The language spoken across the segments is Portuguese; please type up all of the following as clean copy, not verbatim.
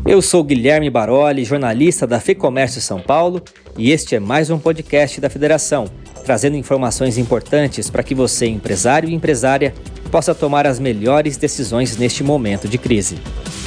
Eu sou Guilherme Baroli, jornalista da FEComércio São Paulo, e este é mais um podcast da Federação, trazendo informações importantes para que você, empresário e empresária, possa tomar as melhores decisões neste momento de crise.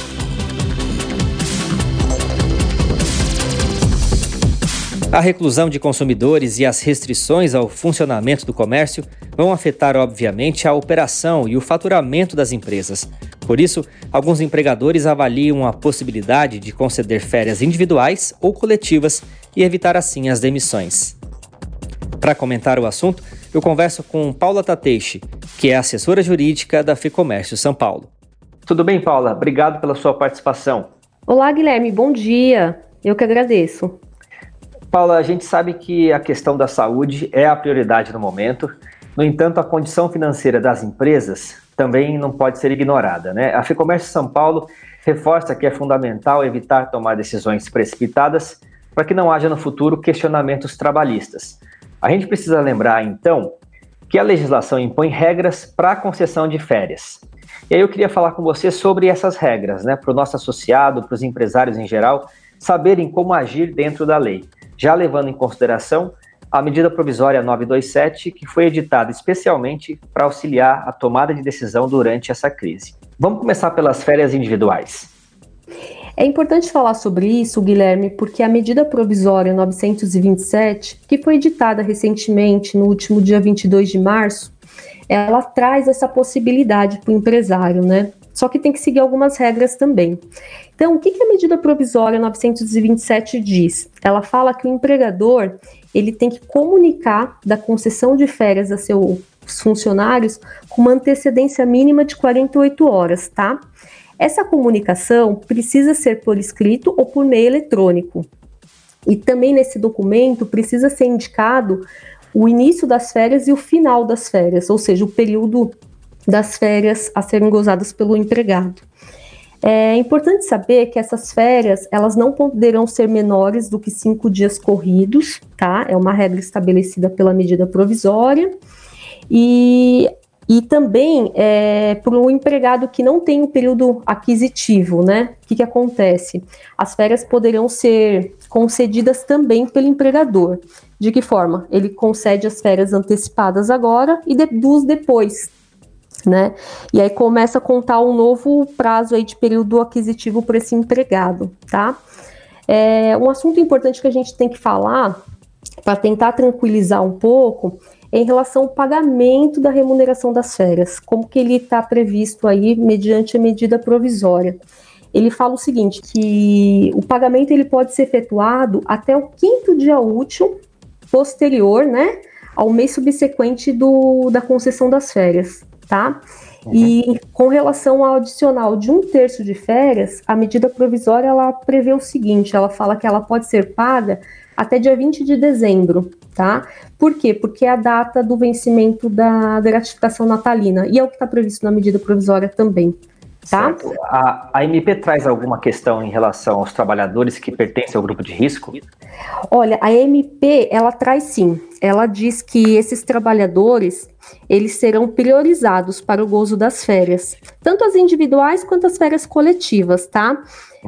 A reclusão de consumidores e as restrições ao funcionamento do comércio vão afetar, obviamente, a operação e o faturamento das empresas. Por isso, alguns empregadores avaliam a possibilidade de conceder férias individuais ou coletivas e evitar assim as demissões. Para comentar o assunto, eu converso com Paula Tateishi, que é assessora jurídica da FEComércio São Paulo. Tudo bem, Paula? Obrigado pela sua participação. Olá, Guilherme. Bom dia. Eu que agradeço. Paula, a gente sabe que a questão da saúde é a prioridade no momento. No entanto, a condição financeira das empresas também não pode ser ignorada, né? A FEComércio São Paulo reforça que é fundamental evitar tomar decisões precipitadas para que não haja no futuro questionamentos trabalhistas. A gente precisa lembrar, então, que a legislação impõe regras para a concessão de férias. E aí eu queria falar com você sobre essas regras, né? Para o nosso associado, para os empresários em geral, saberem como agir dentro da lei, já levando em consideração a medida provisória 927, que foi editada especialmente para auxiliar a tomada de decisão durante essa crise. Vamos começar pelas férias individuais. É importante falar sobre isso, Guilherme, porque a medida provisória 927, que foi editada recentemente, no último dia 22 de março, ela traz essa possibilidade para o empresário, né? Só que tem que seguir algumas regras também. Então, o que a medida provisória 927 diz? Ela fala que o empregador ele tem que comunicar da concessão de férias a seus funcionários com uma antecedência mínima de 48 horas, tá? Essa comunicação precisa ser por escrito ou por meio eletrônico. E também nesse documento precisa ser indicado o início das férias e o final das férias, ou seja, o período das férias a serem gozadas pelo empregado. É importante saber que essas férias, elas não poderão ser menores do que 5 dias corridos, tá? É uma regra estabelecida pela medida provisória. E também para o empregado que não tem o período aquisitivo, né? O que acontece? As férias poderão ser concedidas também pelo empregador. De que forma? Ele concede as férias antecipadas agora e deduz depois, né? E aí começa a contar um novo prazo aí de período aquisitivo para esse empregado, tá? Um assunto importante que a gente tem que falar, para tentar tranquilizar um pouco, é em relação ao pagamento da remuneração das férias, como que ele está previsto aí mediante a medida provisória. Ele fala o seguinte, que o pagamento ele pode ser efetuado até o 5º dia útil posterior, né, ao mês subsequente da concessão das férias, tá? E com relação ao adicional de 1/3 de férias, a medida provisória ela prevê o seguinte, ela fala que ela pode ser paga até dia 20 de dezembro, tá? Por quê? Porque é a data do vencimento da gratificação natalina, e é o que está previsto na medida provisória também, tá? Certo. A MP traz alguma questão em relação aos trabalhadores que pertencem ao grupo de risco? Olha, a MP, ela traz sim. Ela diz que esses trabalhadores, eles serão priorizados para o gozo das férias, tanto as individuais quanto as férias coletivas, tá?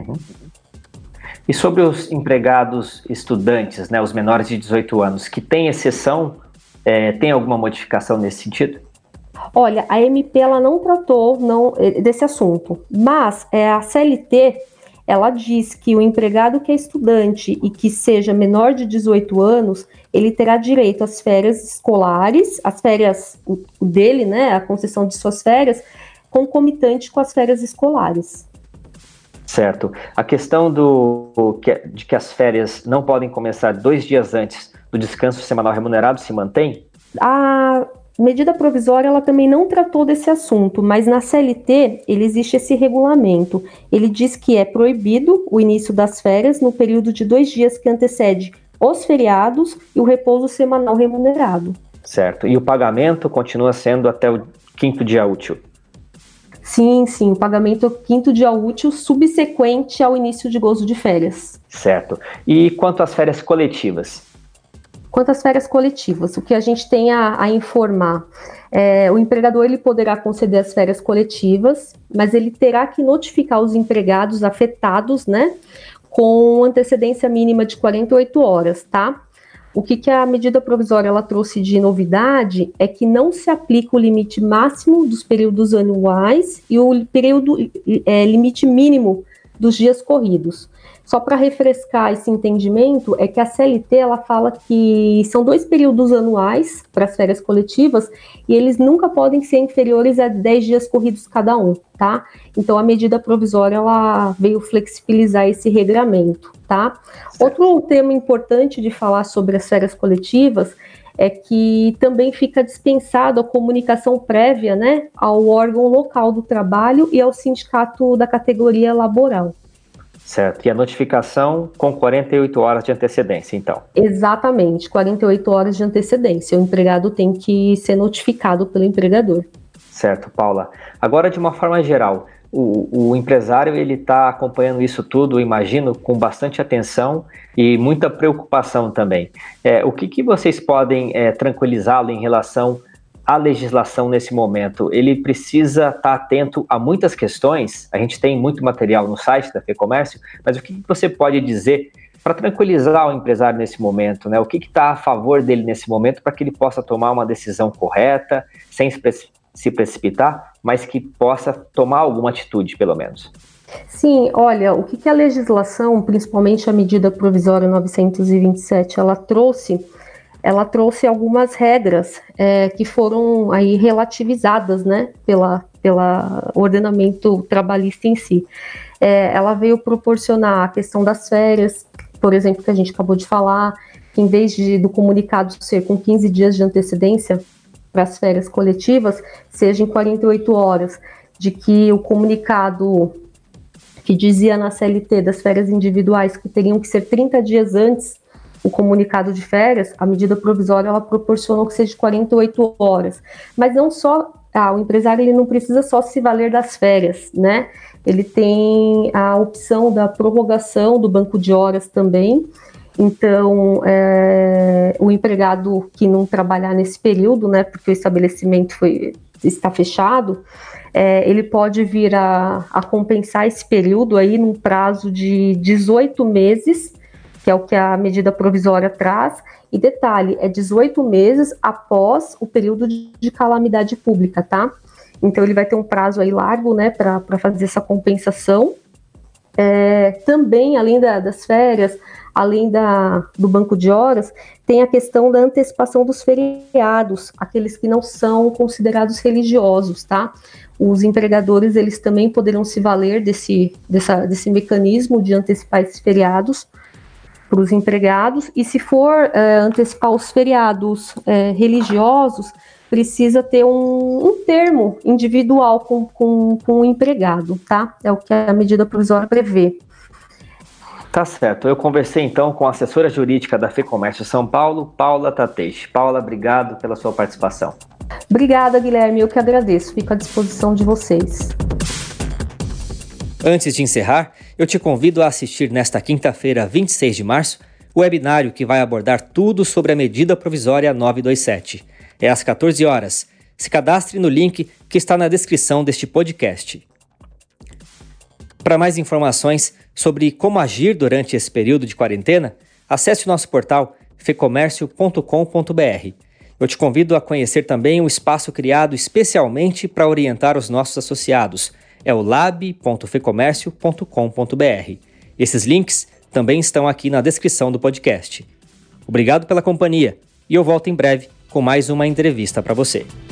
E sobre os empregados estudantes, né, os menores de 18 anos, que tem exceção, tem alguma modificação nesse sentido? Olha, a MP ela não tratou desse assunto, mas a CLT ela diz que o empregado que é estudante e que seja menor de 18 anos, ele terá direito às férias escolares, as férias dele, né, a concessão de suas férias, concomitante com as férias escolares. Certo. A questão de que as férias não podem começar 2 dias antes do descanso semanal remunerado se mantém? A medida provisória ela também não tratou desse assunto, mas na CLT ele existe esse regulamento. Ele diz que é proibido o início das férias no período de 2 dias que antecede os feriados e o repouso semanal remunerado. Certo. E o pagamento continua sendo até o 5º dia útil? Sim, o pagamento é o 5º dia útil subsequente ao início de gozo de férias. Certo. E quanto às férias coletivas? Quanto às férias coletivas, o que a gente tem a informar, o empregador ele poderá conceder as férias coletivas, mas ele terá que notificar os empregados afetados, né, com antecedência mínima de 48 horas, tá? O que a medida provisória ela trouxe de novidade é que não se aplica o limite máximo dos períodos anuais e o período limite mínimo dos dias corridos. Só para refrescar esse entendimento, é que a CLT ela fala que são 2 períodos anuais para as férias coletivas e eles nunca podem ser inferiores a 10 dias corridos cada um, tá? Então a medida provisória ela veio flexibilizar esse regramento, tá? Outro tema importante de falar sobre as férias coletivas é que também fica dispensada a comunicação prévia, né, ao órgão local do trabalho e ao sindicato da categoria laboral. Certo, e a notificação com 48 horas de antecedência, então? Exatamente, 48 horas de antecedência. O empregado tem que ser notificado pelo empregador. Certo, Paula. Agora, de uma forma geral, o empresário ele está acompanhando isso tudo, imagino, com bastante atenção e muita preocupação também. O que vocês podem tranquilizá-lo em relação à legislação nesse momento? Ele precisa estar atento a muitas questões. A gente tem muito material no site da FEComércio, mas o que você pode dizer para tranquilizar o empresário nesse momento, né? O que está a favor dele nesse momento para que ele possa tomar uma decisão correta, sem se precipitar, mas que possa tomar alguma atitude, pelo menos? Sim, olha, o que a legislação, principalmente a medida provisória 927, ela trouxe algumas regras que foram aí relativizadas, né, pela ordenamento trabalhista em si. Ela veio proporcionar a questão das férias, por exemplo, que a gente acabou de falar, que em vez do comunicado ser com 15 dias de antecedência para as férias coletivas, seja em 48 horas, de que o comunicado que dizia na CLT das férias individuais que teriam que ser 30 dias antes o comunicado de férias, a medida provisória ela proporcionou que seja 48 horas. Mas não só, o empresário ele não precisa só se valer das férias, né? Ele tem a opção da prorrogação do banco de horas também. Então, o empregado que não trabalhar nesse período, né, porque o estabelecimento está fechado, ele pode vir a compensar esse período aí num prazo de 18 meses, que é o que a medida provisória traz, e detalhe, 18 meses após o período de calamidade pública, tá? Então ele vai ter um prazo aí largo, né, para fazer essa compensação. Também, além das férias, além do banco de horas, tem a questão da antecipação dos feriados, aqueles que não são considerados religiosos, tá? Os empregadores, eles também poderão se valer desse mecanismo de antecipar esses feriados para os empregados, e se for antecipar os feriados religiosos, precisa ter um termo individual com o empregado, tá? É o que a medida provisória prevê. Tá certo. Eu conversei então com a assessora jurídica da FEComércio São Paulo, Paula Tateixe. Paula, obrigado pela sua participação. Obrigada, Guilherme. Eu que agradeço. Fico à disposição de vocês. Antes de encerrar, eu te convido a assistir nesta quinta-feira, 26 de março, o webinário que vai abordar tudo sobre a medida provisória 927. É às 14 horas. Se cadastre no link que está na descrição deste podcast. Para mais informações sobre como agir durante esse período de quarentena, acesse o nosso portal fecomércio.com.br. Eu te convido a conhecer também um espaço criado especialmente para orientar os nossos associados. É o lab.fecomércio.com.br. Esses links também estão aqui na descrição do podcast. Obrigado pela companhia e eu volto em breve com mais uma entrevista para você.